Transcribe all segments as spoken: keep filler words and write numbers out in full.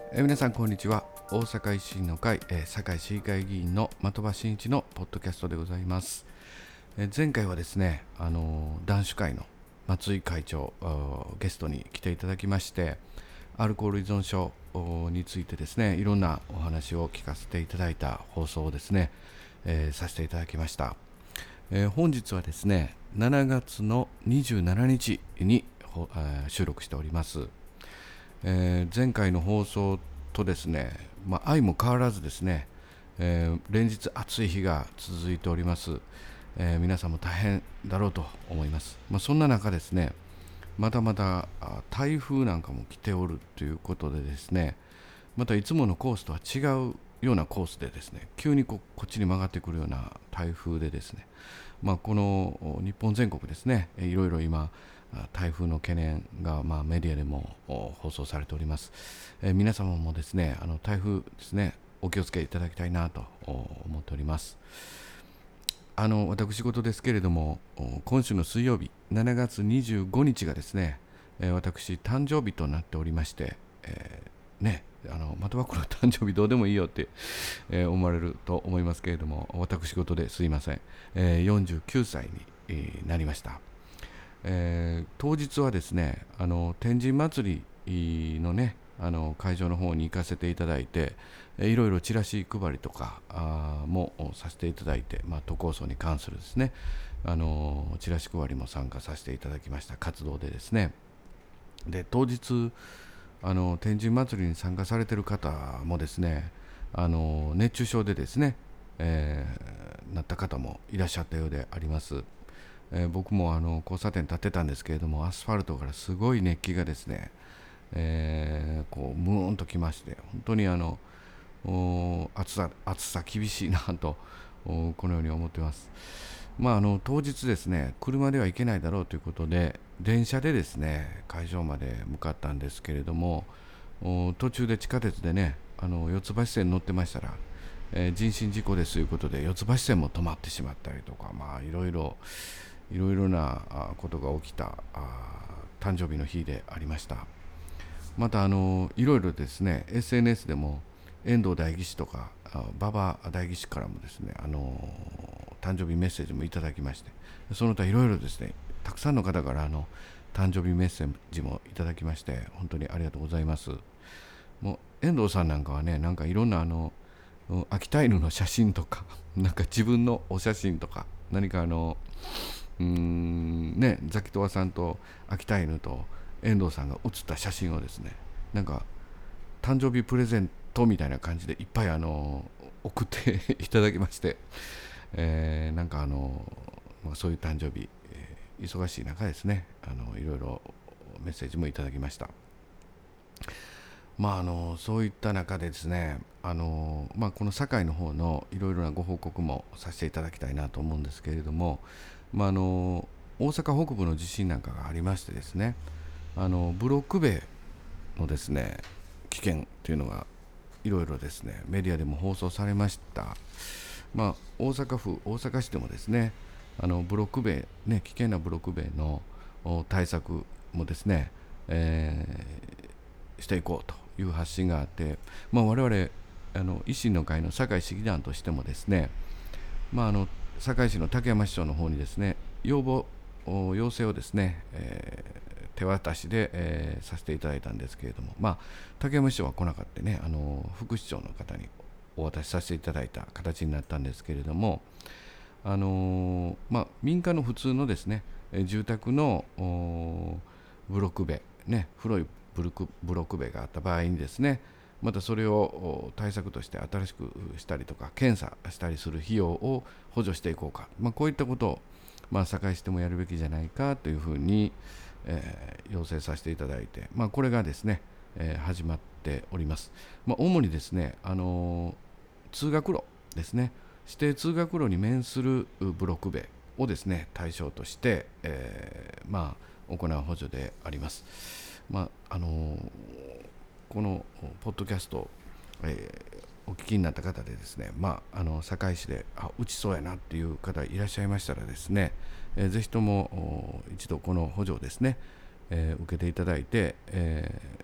えー皆さんこんにちは。大阪維新の会、えー、堺市議会議員の的場真一のポッドキャストでございます。えー前回はですね、あのー男子会の松井会長ゲストに来ていただきまして、アルコール依存症についてですね、いろんなお話を聞かせていただいた放送をですね、えーさせていただきました。えー本日はですね、しちがつのにじゅうしちにちにえー収録しております。えー前回の放送とですね、まあ、相も変わらずですね、えー連日暑い日が続いております。えー皆さんも大変だろうと思います。まあ、そんな中ですね、まだまだあ台風なんかも来ておるということでですね、またいつものコースとは違うようなコースでですね、急にここっちに曲がってくるような台風でですね、まあ、この日本全国ですね、いろいろ今台風の懸念がまあメディアでも放送されております。えー皆様もですね、あの台風ですね、お気をつけいただきたいなと思っております。あの私事ですけれども、今週の水曜日しちがつにじゅうごにちがですね、えー私誕生日となっておりまして、えーね、あの的場君の誕生日どうでもいいよって、えー思われると思いますけれども、私事ですいません、えーよんじゅうきゅうさいに、えーなりました。えー当日はですね、あの天神祭りのね、あの会場の方に行かせていただいて、えーいろいろチラシ配りとかあーもさせていただいて、まあ、都構想に関するですね、あのチラシ配りも参加させていただきました活動でですね、で当日あの天神祭りに参加されている方もですね、あの熱中症でですね、えーなった方もいらっしゃったようであります。えー僕もあの交差点立ってたんですけれども、アスファルトからすごい熱気がですね、えーこうムーンときまして、本当にあのお暑さ暑さ厳しいなとおこのように思っています。まあ、あの当日ですね、車では行けないだろうということで電車でですね会場まで向かったんですけれども、お途中で地下鉄でね、あの四ツ橋線に乗ってましたら、えー人身事故ですということで四ツ橋線も止まってしまったりとか、まあいろいろいろいろなあことが起きたあ誕生日の日でありました。またあのいろいろですね エスエヌエス でも遠藤代議士とかあ馬場代議士からもですね、あの誕生日メッセージもいただきまして、その他いろいろですね、たくさんの方からあの誕生日メッセージもいただきまして、本当にありがとうございます。もう遠藤さんなんかはね、なんかいろんなあの秋田犬の写真とかなんか自分のお写真とか、何かあのうーんね、ザキトワさんと秋田犬と遠藤さんが写った写真をですね、なんか誕生日プレゼントみたいな感じでいっぱいあの送っていただきまして、えーなんかあの、まあ、そういう誕生日、えー忙しい中ですね、あのいろいろメッセージもいただきました。まあ、あのそういった中でですね、あの、まあ、この堺の方のいろいろなご報告もさせていただきたいなと思うんですけれども、まあ、あの大阪北部の地震なんかがありましてですね、あのブロック塀のですね危険というのがいろいろですねメディアでも放送されました。まあ、大阪府大阪市でもですね、あのブロック塀、ね、危険なブロック塀の対策もですね、えーしていこうという発信があって、まあ、我々あの維新の会の堺市議団としてもですね、まあ、あの堺市の竹山市長の方にですね要望要請をですね、えー手渡しで、えーさせていただいたんですけれども、まあ、竹山市長は来なかったね、あの副市長の方にお渡しさせていただいた形になったんですけれども、あのーまあ、民間の普通のですね住宅のブロック塀、ね、古いブロックブロック塀があった場合にですね、またそれを対策として新しくしたりとか検査したりする費用を補助していこうか、まあ、こういったことを、まあ、堺市でもやるべきじゃないかというふうに、えー要請させていただいて、まあ、これがですね、えー始まっております。まあ、主にですね、あのー通学路ですね、指定通学路に面するブロック塀をですね対象として、えーまあ、行う補助であります。まああのーこのポッドキャスト、えーお聞きになった方でですね、まあ、あの堺市であ打ちそうやなっていう方いらっしゃいましたらですね、えーぜひとも一度この補助をですね、えー受けていただいて、えー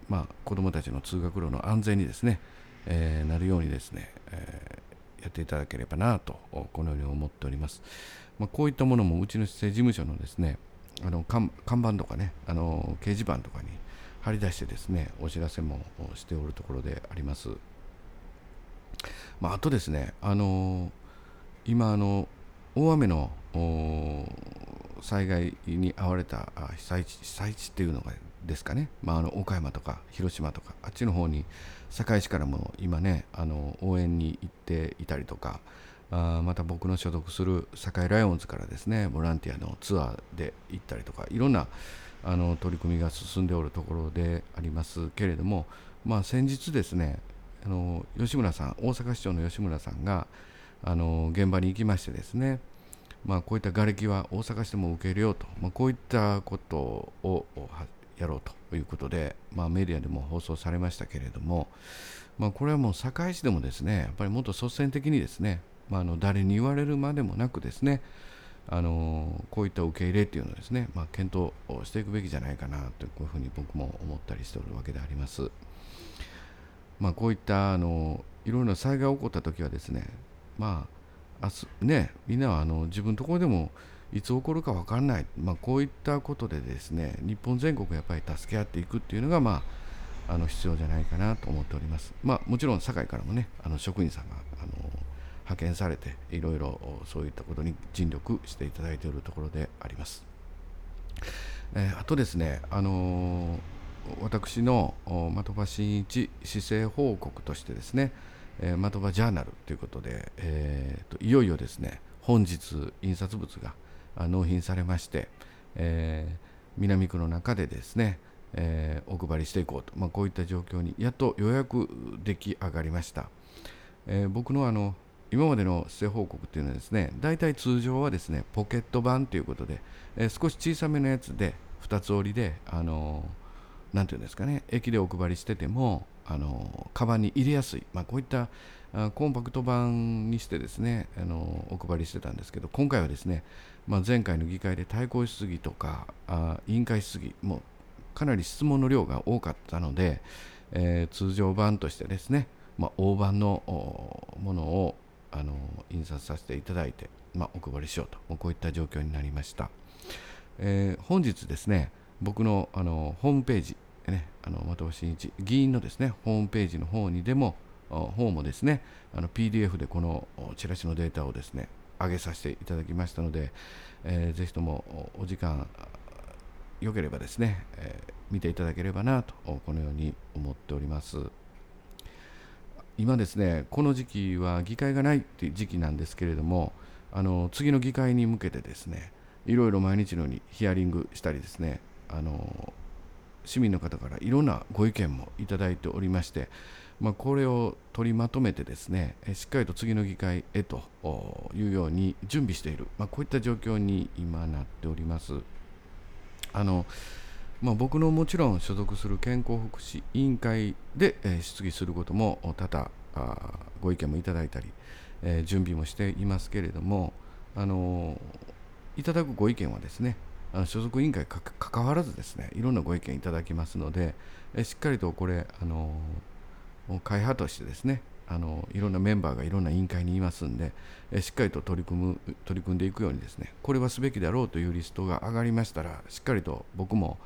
まあ、子どもたちの通学路の安全にですね、えーなるようにですね、えーやっていただければなとこのように思っております。まあ、こういったものもうちの市政事務所のですね、あの看看板とかね、あの掲示板とかに貼り出してですね、お知らせもしておるところであります。まあ、あとですね、あの今あの大雨の災害に遭われた被災地、被災地っていうのがですかね、まあ、あの岡山とか広島とかあっちの方に堺市からも今ね、あの応援に行っていたりとか、あまた僕の所属する堺ライオンズからですね、ボランティアのツアーで行ったりとか、いろんなあの取り組みが進んでおるところでありますけれども、まあ、先日ですね、あの吉村さん、大阪市長の吉村さんがあの現場に行きましてですね、まあ、こういった瓦礫は大阪市でも受け入れようと、まあ、こういったことをやろうということで、まあ、メディアでも放送されましたけれども、まあ、これはもう堺市でもですね、やっぱりもっと率先的にですね、まあ、あの誰に言われるまでもなくですね、あのこういった受け入れっていうのをですね、まあ、検討していくべきじゃないかなと、こういうふうに僕も思ったりしておるわけであります。まあ、こういったあのいろいろな災害が起こったときはですね、まあ、明日ね、みんなはあの自分のところでもいつ起こるか分からない、まあ、こういったことでですね、日本全国やっぱり助け合っていくっていうのが、まあ、あの必要じゃないかなと思っております。まあ、もちろん堺からもね、あの職員さんがあの派遣されて、いろいろそういったことに尽力していただいているところであります。えーあとですね、あのー私のお的場真一市政報告としてですね、えー、的場ジャーナルということで、えーと、いよいよですね、本日印刷物があ納品されまして、えー南区の中でですね、えーお配りしていこうと、まあ、こういった状況にやっとようやく出来上がりました。えー僕のあの今までの施政報告っていうのはですね、大体通常はですね、ポケット版ということで、えー少し小さめのやつでふたつ折りで、あのーなんていうんですかね、駅でお配りしてても、あのーカバンに入れやすい、まあ、こういったあコンパクト版にしてですね、あのーお配りしてたんですけど、今回はですね、まあ、前回の議会で対抗質疑とかあ委員会質疑もかなり質問の量が多かったので、えー通常版としてですね、まあ、大判のものをあの印刷させていただいて、まあ、お配りしようと、こういった状況になりました。えー本日ですね、僕のあのホームページ、ね、あの的場真一議員のですね、ホームページの方にでも、方もですね、あの ピーディーエフ でこのチラシのデータをですね、上げさせていただきましたので、えーぜひともお時間よければですね、えー見ていただければなと、このように思っております。今ですね、この時期は議会がないっていう時期なんですけれども、あの次の議会に向けてですね、いろいろ毎日のようにヒアリングしたりですね、あの市民の方からいろんなご意見もいただいておりまして、まあ、これを取りまとめてですね、しっかりと次の議会へというように準備している、まあ、こういった状況に今なっております。あのまあ、僕のもちろん所属する健康福祉委員会で、えー質疑することも多々あご意見もいただいたり、えー準備もしていますけれども、あのーいただくご意見はですね、あの所属委員会か関わらずですね、いろんなご意見いただきますので、えーしっかりとこれ、あのー会派としてですね、あのいろんなメンバーがいろんな委員会にいますんで、えしっかりと取り組む取り組んでいくようにですね、これはすべきだろうというリストが上がりましたら、しっかりと僕も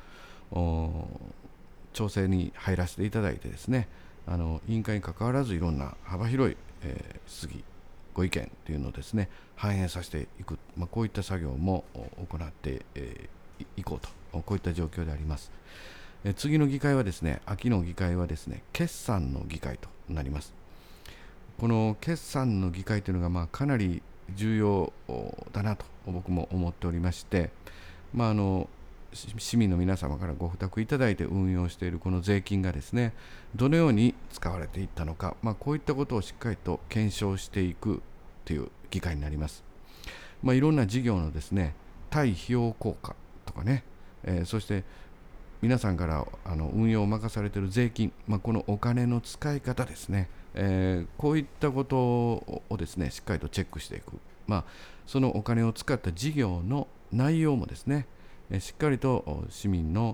調整に入らせていただいてですね、あの委員会に関わらずいろんな幅広い、えー質疑ご意見というのをですね反映させていく、まあ、こういった作業も行って、えーいこうと、こういった状況であります。えー次の議会はですね、秋の議会はですね、決算の議会となります。この決算の議会というのがまあかなり重要だなと僕も思っておりまして、まあ、あの市民の皆様からご負託いただいて運用しているこの税金がですね、どのように使われていったのか、まあ、こういったことをしっかりと検証していくという議会になります。まあ、いろんな事業のですね、対費用効果とかね、えーそして皆さんからあの運用を任されている税金、まあ、このお金の使い方ですね、えーこういったことをですね、しっかりとチェックしていく、まあ、そのお金を使った事業の内容もですね、えーしっかりと市民の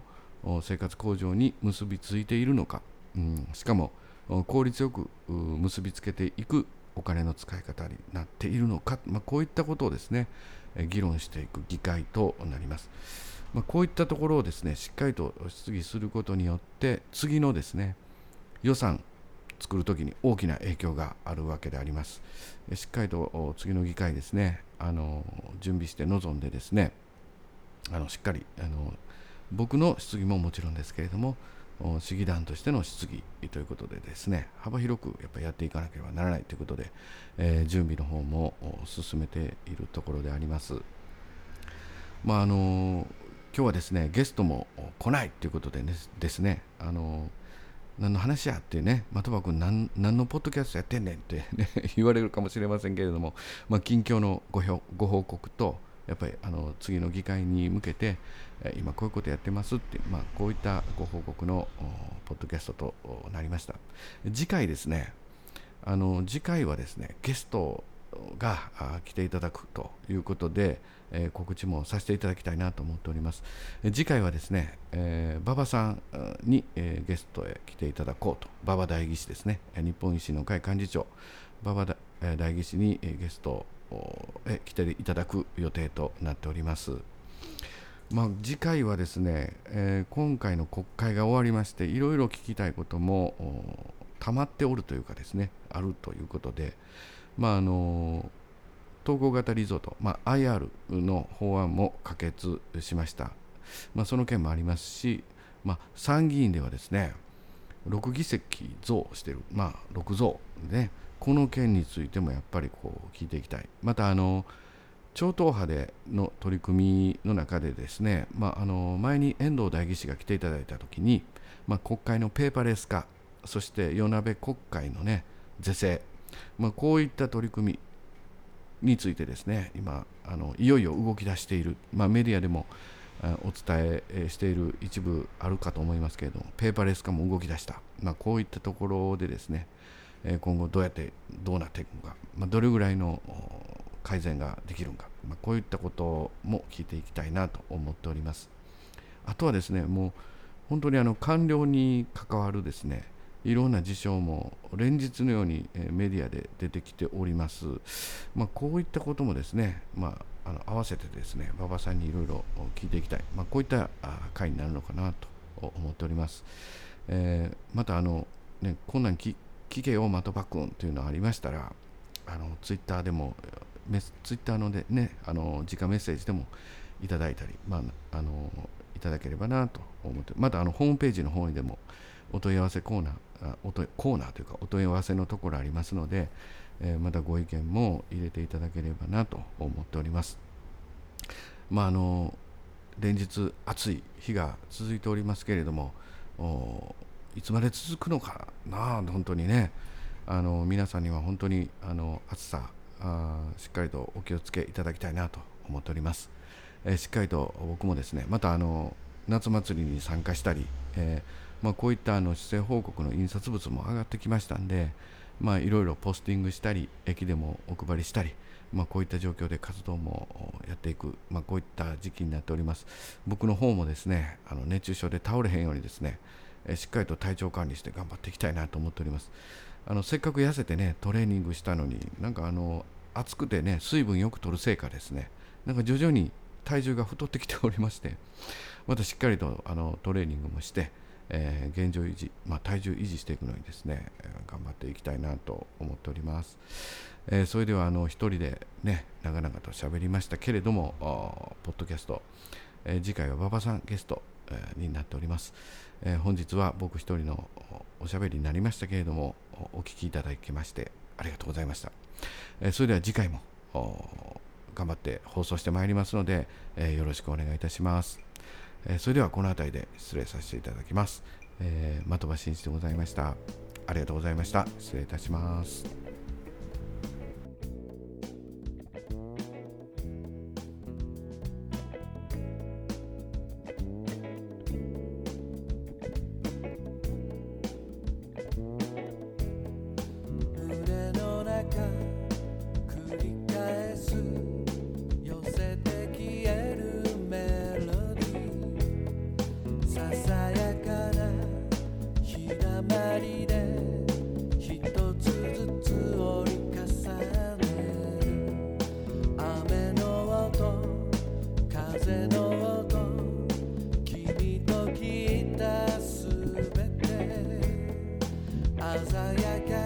生活向上に結びついているのか、うん、しかも効率よく結びつけていくお金の使い方になっているのか、まあ、こういったことをですね議論していく議会となります。まあ、こういったところをですねしっかりと質疑することによって次のですね予算作るときに大きな影響があるわけであります。しっかりと次の議会ですねあの準備して臨んでですねあのしっかりあの僕の質疑ももちろんですけれども市議団としての質疑ということでですね幅広くやっぱりやっていかなければならないということで、えー、準備の方も進めているところであります。まああの今日はですねゲストも来ないということでですねあの何の話やってね的場君 何, 何のポッドキャストやってんねんって、ね、言われるかもしれませんけれども、まあ、近況の ご, ご報告とやっぱりあの次の議会に向けて今こういうことやってますって、まあ、こういったご報告のポッドキャストとなりました。次回ですねあの次回はですねゲストが来ていただくということで、えー、告知もさせていただきたいなと思っております。次回はですね、えー、馬場さんに、えー、ゲストへ来ていただこうと、馬場代議士ですね、日本維新の会幹事長馬場代議士にゲストへ来ていただく予定となっております。まあ、次回はですね、えー、今回の国会が終わりましていろいろ聞きたいことも溜まっておるというかですねあるということで、まああの統合型リゾート、まあ、アイアール の法案も可決しました。まあ、その件もありますし、まあ、参議院ではですねろく議席増している、まあ、ろく増で、ね、この件についてもやっぱりこう聞いていきたい。またあの超党派での取り組みの中でですね、まあ、あの前に遠藤代議士が来ていただいたときに、まあ、国会のペーパーレス化、そして与那部国会のね是正、まあ、こういった取り組みについてですね今あのいよいよ動き出している、まあ、メディアでもお伝えしている一部あるかと思いますけれども、ペーパーレス化も動き出した、まあ、こういったところでですね今後どうやってどうなっていくのか、まあ、どれぐらいの改善ができるのか、まあ、こういったことも聞いていきたいなと思っております。あとはですねもう本当にあの官僚に関わるですねいろんな事象も連日のようにメディアで出てきております。まあ、こういったこともですね、まあ、あの合わせてですね馬場さんにいろいろ聞いていきたい、まあ、こういった回になるのかなと思っております。えー、またあの、ね、こんなん聞けよ的場君というのがありましたらあのツイッターでもメスツイッターのでねあの直メッセージでもいただいたり、まあ、あのいただければなと思って、またあのホームページの方にでもお問い合わせコーナーお問いコーナーというかお問い合わせのところありますので、えー、またご意見も入れていただければなと思っております。まああの連日暑い日が続いておりますけれどもいつまで続くのかな本当にねあの皆さんには本当にあの暑さあしっかりとお気をつけいただきたいなと思っております。えー、しっかりと僕もですねまたあの夏祭りに参加したり、えーまあ、こういったあの施政報告の印刷物も上がってきましたんで、まあ、いろいろポスティングしたり駅でもお配りしたり、まあ、こういった状況で活動もやっていく、まあ、こういった時期になっております。僕の方もですねあの熱中症で倒れへんようにですね、えー、しっかりと体調管理して頑張っていきたいなと思っております。あのせっかく痩せてねトレーニングしたのになんかあの暑くてね水分よく取るせいかですねなんか徐々に体重が太ってきておりましてまたしっかりとあのトレーニングもして、えー、現状維持、まあ、体重維持していくのにですね、えー、頑張っていきたいなと思っております。えー、それではあの一人でね長々と喋りましたけれどもポッドキャスト、えー、次回は馬場さんゲスト、えー、になっております。えー、本日は僕一人のおしゃべりになりましたけれどもお聞きいただきましてありがとうございました。えー、それでは次回も頑張って放送してまいりますので、えー、よろしくお願いいたします。えー、それではこの辺りで失礼させていただきます。えー、的場真一でございました。ありがとうございました。失礼いたします。 支えまりで一つずつ折り重ねる雨の音風の音君と聞いたすべて鮮やか